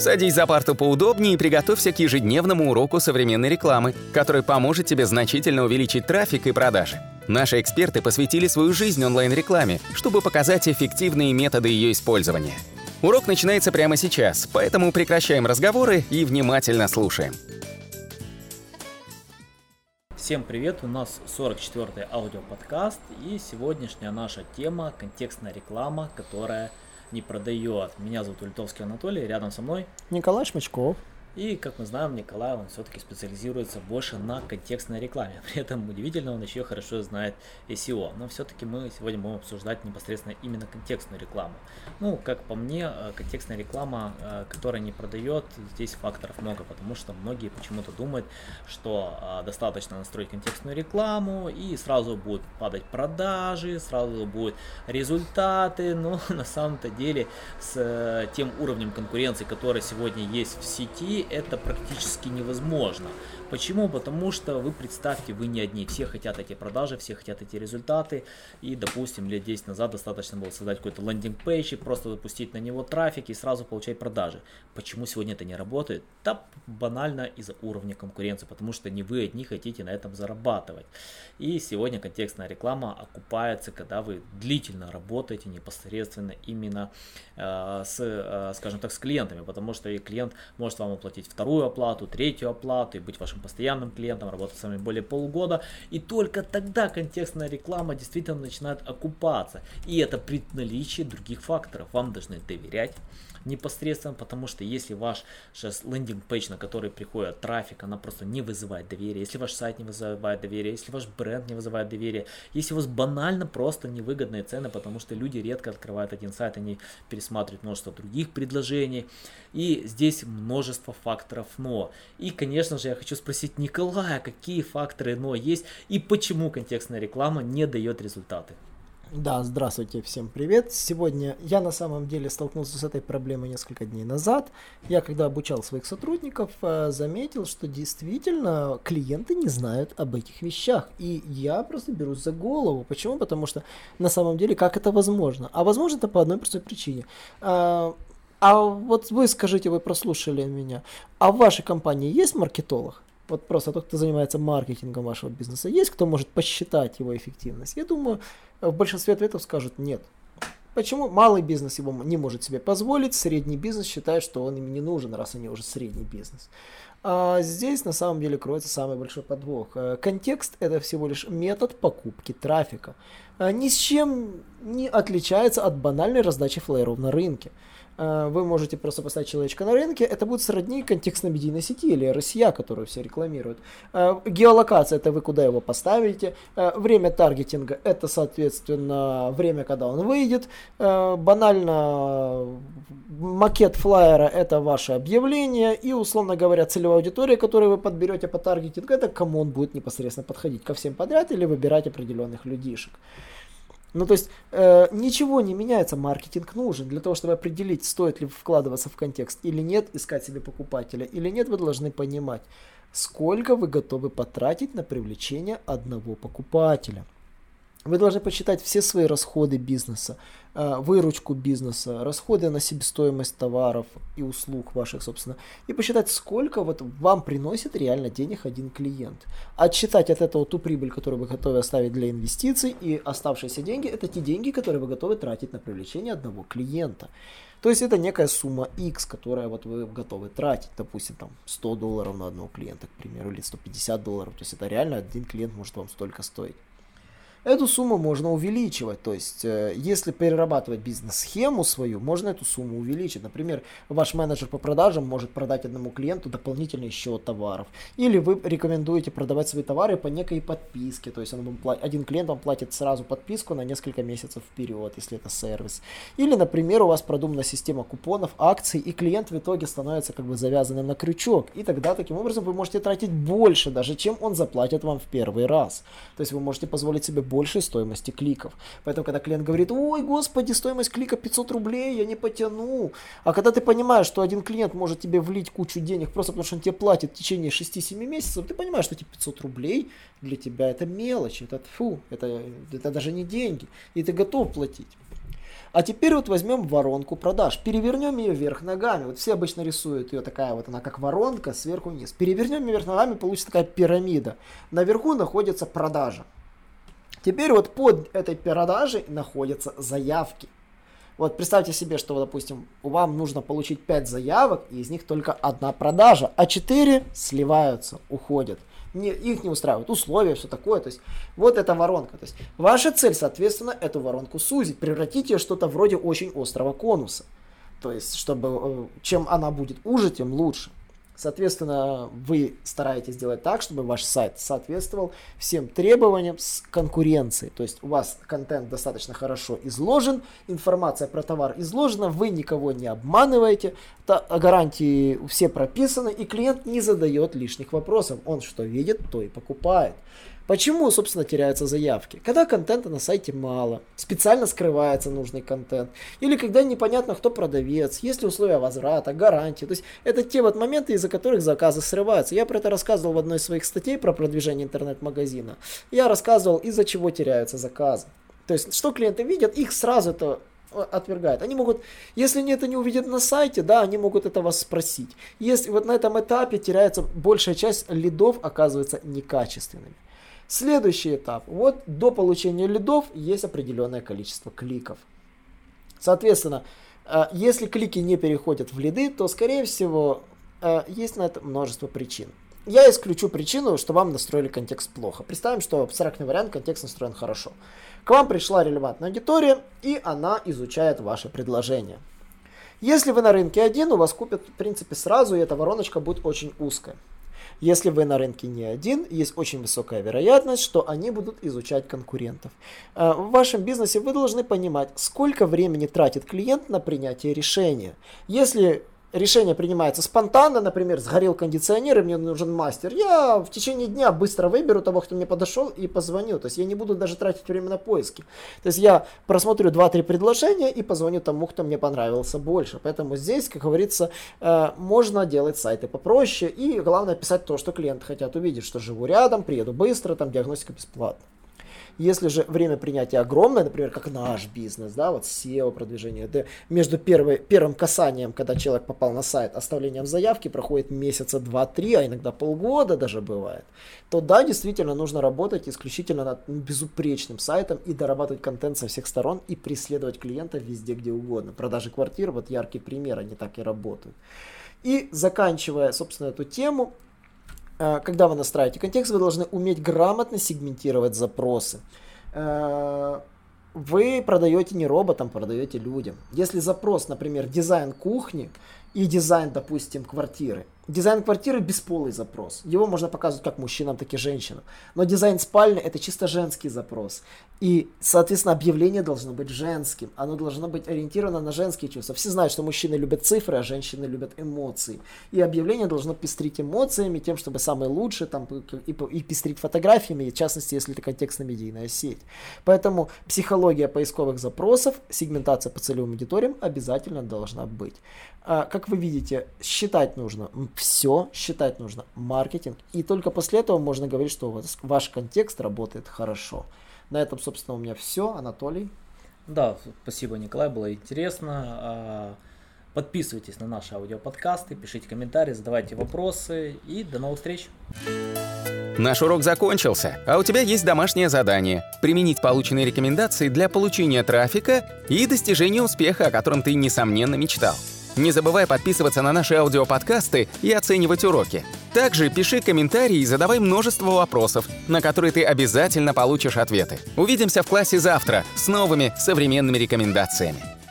Садись за парту поудобнее и приготовься к ежедневному уроку современной рекламы, который поможет тебе значительно увеличить трафик и продажи. Наши эксперты посвятили свою жизнь онлайн-рекламе, чтобы показать эффективные методы ее использования. Урок начинается прямо сейчас, поэтому прекращаем разговоры и внимательно слушаем. Всем привет, у нас 44-й аудиоподкаст, и сегодняшняя наша тема – контекстная реклама, которая не продает. Меня зовут Ультовский Анатолий, рядом со мной Николай Шмачков. И, как мы знаем, Николай, он все-таки специализируется больше на контекстной рекламе. При этом, удивительно, он еще хорошо знает SEO. Но все-таки мы сегодня будем обсуждать непосредственно именно контекстную рекламу. Ну, как по мне, контекстная реклама, которая не продает, здесь факторов много, потому что многие почему-то думают, что достаточно настроить контекстную рекламу, и сразу будут падать продажи, сразу будут результаты. Но на самом-то деле с тем уровнем конкуренции, который сегодня есть в сети, это практически невозможно. Почему? Потому что вы представьте, вы не одни. Все хотят эти продажи, все хотят эти результаты. И, допустим, лет 10 назад достаточно было создать какой-то лендинг-пейдж и просто запустить на него трафик и сразу получать продажи. Почему сегодня это не работает? Да банально из-за уровня конкуренции, потому что не вы одни хотите на этом зарабатывать. И сегодня контекстная реклама окупается, когда вы длительно работаете непосредственно именно скажем так, с клиентами, потому что и клиент может вам оплатить вторую оплату, третью оплату и быть вашим постоянным клиентом, работать с вами более полугода, и только тогда контекстная реклама действительно начинает окупаться. И это при наличии других факторов. Вам должны доверять непосредственно, потому что если ваш лендинг-пейдж, на который приходит трафик, она просто не вызывает доверия, если ваш сайт не вызывает доверия, если ваш бренд не вызывает доверия, если у вас банально просто невыгодные цены, потому что люди редко открывают один сайт, они пересматривают множество других предложений, и здесь множество факторов «но». И, конечно же, я хочу спросить Николая, какие факторы «но» есть и почему контекстная реклама не дает результаты? Да, здравствуйте, всем привет. Сегодня я на самом деле столкнулся с этой проблемой несколько дней назад. Я когда обучал своих сотрудников, заметил, что действительно клиенты не знают об этих вещах. И я просто берусь за голову. Почему? Потому что на самом деле как это возможно? А возможно это по одной простой причине. А вот вы скажите, вы прослушали меня, а в вашей компании есть маркетолог? Вот просто тот, кто занимается маркетингом вашего бизнеса, есть кто может посчитать его эффективность? Я думаю, в большинстве ответов скажут нет. Почему? Малый бизнес его не может себе позволить, средний бизнес считает, что он им не нужен, раз они уже средний бизнес. А здесь на самом деле кроется самый большой подвох. Контекст – это всего лишь метод покупки трафика. Ни с чем не отличается от банальной раздачи флееров на рынке. Вы можете просто поставить человечка на рынке, это будет сродни контекстно-медийной сети или RSA, которую все рекламируют. Геолокация – это вы куда его поставите. Время таргетинга – это, соответственно, время, когда он выйдет. Банально макет флайера – это ваше объявление. И, условно говоря, целевая аудитория, которую вы подберете по таргетингу, это кому он будет непосредственно подходить, ко всем подряд или выбирать определенных людишек. Ну, то есть, ничего не меняется, маркетинг нужен. Для того, чтобы определить, стоит ли вкладываться в контекст или нет, искать себе покупателя или нет, вы должны понимать, сколько вы готовы потратить на привлечение одного покупателя. Вы должны посчитать все свои расходы бизнеса, выручку бизнеса, расходы на себестоимость товаров и услуг ваших, собственно, и посчитать, сколько вот вам приносит реально денег один клиент. Отсчитать от этого ту прибыль, которую вы готовы оставить для инвестиций, и оставшиеся деньги – это те деньги, которые вы готовы тратить на привлечение одного клиента. То есть это некая сумма X, которую вот вы готовы тратить, допустим, там $100 на одного клиента, к примеру, или $150. То есть это реально один клиент может вам столько стоить. Эту сумму можно увеличивать, то есть если перерабатывать бизнес-схему свою, можно эту сумму увеличить. Например, ваш менеджер по продажам может продать одному клиенту дополнительный счет товаров. Или вы рекомендуете продавать свои товары по некой подписке, то есть один клиент вам платит сразу подписку на несколько месяцев вперед, если это сервис. Или, например, у вас продумана система купонов, акций, и клиент в итоге становится как бы завязанным на крючок. И тогда таким образом вы можете тратить больше, даже чем он заплатит вам в первый раз. То есть вы можете позволить себе больше стоимости кликов. Поэтому, когда клиент говорит: ой, господи, стоимость клика 500 рублей, я не потяну. А когда ты понимаешь, что один клиент может тебе влить кучу денег просто потому, что он тебе платит в течение 6-7 месяцев, ты понимаешь, что эти 500 рублей для тебя это мелочь, это даже не деньги, и ты готов платить. А теперь вот возьмем воронку продаж, перевернем ее вверх ногами. Вот все обычно рисуют ее такая вот, она как воронка сверху вниз. Перевернем ее вверх ногами, получится такая пирамида. Наверху находится продажа. Теперь вот под этой продажей находятся заявки. Вот представьте себе, что, допустим, вам нужно получить 5 заявок, и из них только одна продажа, а 4 сливаются, уходят. Их не устраивают условия, все такое. То есть вот эта воронка. То есть ваша цель, соответственно, эту воронку сузить, превратить ее в что-то вроде очень острого конуса. То есть, чтобы чем она будет уже, тем лучше. Соответственно, вы стараетесь сделать так, чтобы ваш сайт соответствовал всем требованиям с конкуренцией. То есть у вас контент достаточно хорошо изложен, информация про товар изложена, вы никого не обманываете, гарантии все прописаны, и клиент не задает лишних вопросов. Он что видит, то и покупает. Почему, собственно, теряются заявки? Когда контента на сайте мало, специально скрывается нужный контент, или когда непонятно, кто продавец, есть ли условия возврата, гарантии. То есть это те вот моменты, из-за которых заказы срываются. Я про это рассказывал в одной из своих статей про продвижение интернет-магазина. Я рассказывал, из-за чего теряются заказы. То есть, что клиенты видят, их сразу это отвергают. Они могут, если они это не увидят на сайте, да, они могут это вас спросить. Если вот на этом этапе теряется большая часть лидов, оказывается некачественными. Следующий этап. Вот до получения лидов есть определенное количество кликов. Соответственно, если клики не переходят в лиды, то, скорее всего, есть на это множество причин. Я исключу причину, что вам настроили контекст плохо. Представим, что абстрактный вариант, контекст настроен хорошо. К вам пришла релевантная аудитория, и она изучает ваше предложение. Если вы на рынке один, у вас купят, в принципе, сразу, и эта вороночка будет очень узкая. Если вы на рынке не один, есть очень высокая вероятность, что они будут изучать конкурентов. В вашем бизнесе вы должны понимать, сколько времени тратит клиент на принятие решения. Если решение принимается спонтанно, например, сгорел кондиционер и мне нужен мастер, я в течение дня быстро выберу того, кто мне подошел, и позвоню. То есть я не буду даже тратить время на поиски. То есть я просмотрю 2-3 предложения и позвоню тому, кто мне понравился больше. Поэтому здесь, как говорится, можно делать сайты попроще, и главное писать то, что клиенты хотят увидеть, что живу рядом, приеду быстро, там диагностика бесплатна. Если же время принятия огромное, например, как наш бизнес, да, вот SEO продвижение, да, между первым касанием, когда человек попал на сайт, оставлением заявки проходит месяца 2-3, а иногда полгода даже бывает, то да, действительно нужно работать исключительно над безупречным сайтом и дорабатывать контент со всех сторон и преследовать клиента везде, где угодно. Продажи квартир, вот яркий пример, они так и работают. И заканчивая, собственно, эту тему, когда вы настраиваете контекст, вы должны уметь грамотно сегментировать запросы. Вы продаете не роботам, продаете людям. Если запрос, например, дизайн кухни и дизайн, допустим, квартиры. Дизайн квартиры бесполый запрос. Его можно показывать как мужчинам, так и женщинам. Но дизайн спальни это чисто женский запрос. И, соответственно, объявление должно быть женским. Оно должно быть ориентировано на женские чувства. Все знают, что мужчины любят цифры, а женщины любят эмоции. И объявление должно пестрить эмоциями, тем, чтобы самые лучшие, там, и пестрить фотографиями, в частности, если это контекстно-медийная сеть. Поэтому психология поисковых запросов, сегментация по целевым аудиториям обязательно должна быть. Как вы видите, считать нужно все, считать нужно маркетинг, и только после этого можно говорить, что ваш контекст работает хорошо. На этом, собственно, у меня все. Анатолий? Да, спасибо, Николай, было интересно. Подписывайтесь на наши аудиоподкасты, пишите комментарии, задавайте вопросы, и до новых встреч. Наш урок закончился, а у тебя есть домашнее задание – применить полученные рекомендации для получения трафика и достижения успеха, о котором ты, несомненно, мечтал. Не забывай подписываться на наши аудиоподкасты и оценивать уроки. Также пиши комментарии и задавай множество вопросов, на которые ты обязательно получишь ответы. Увидимся в классе завтра с новыми современными рекомендациями.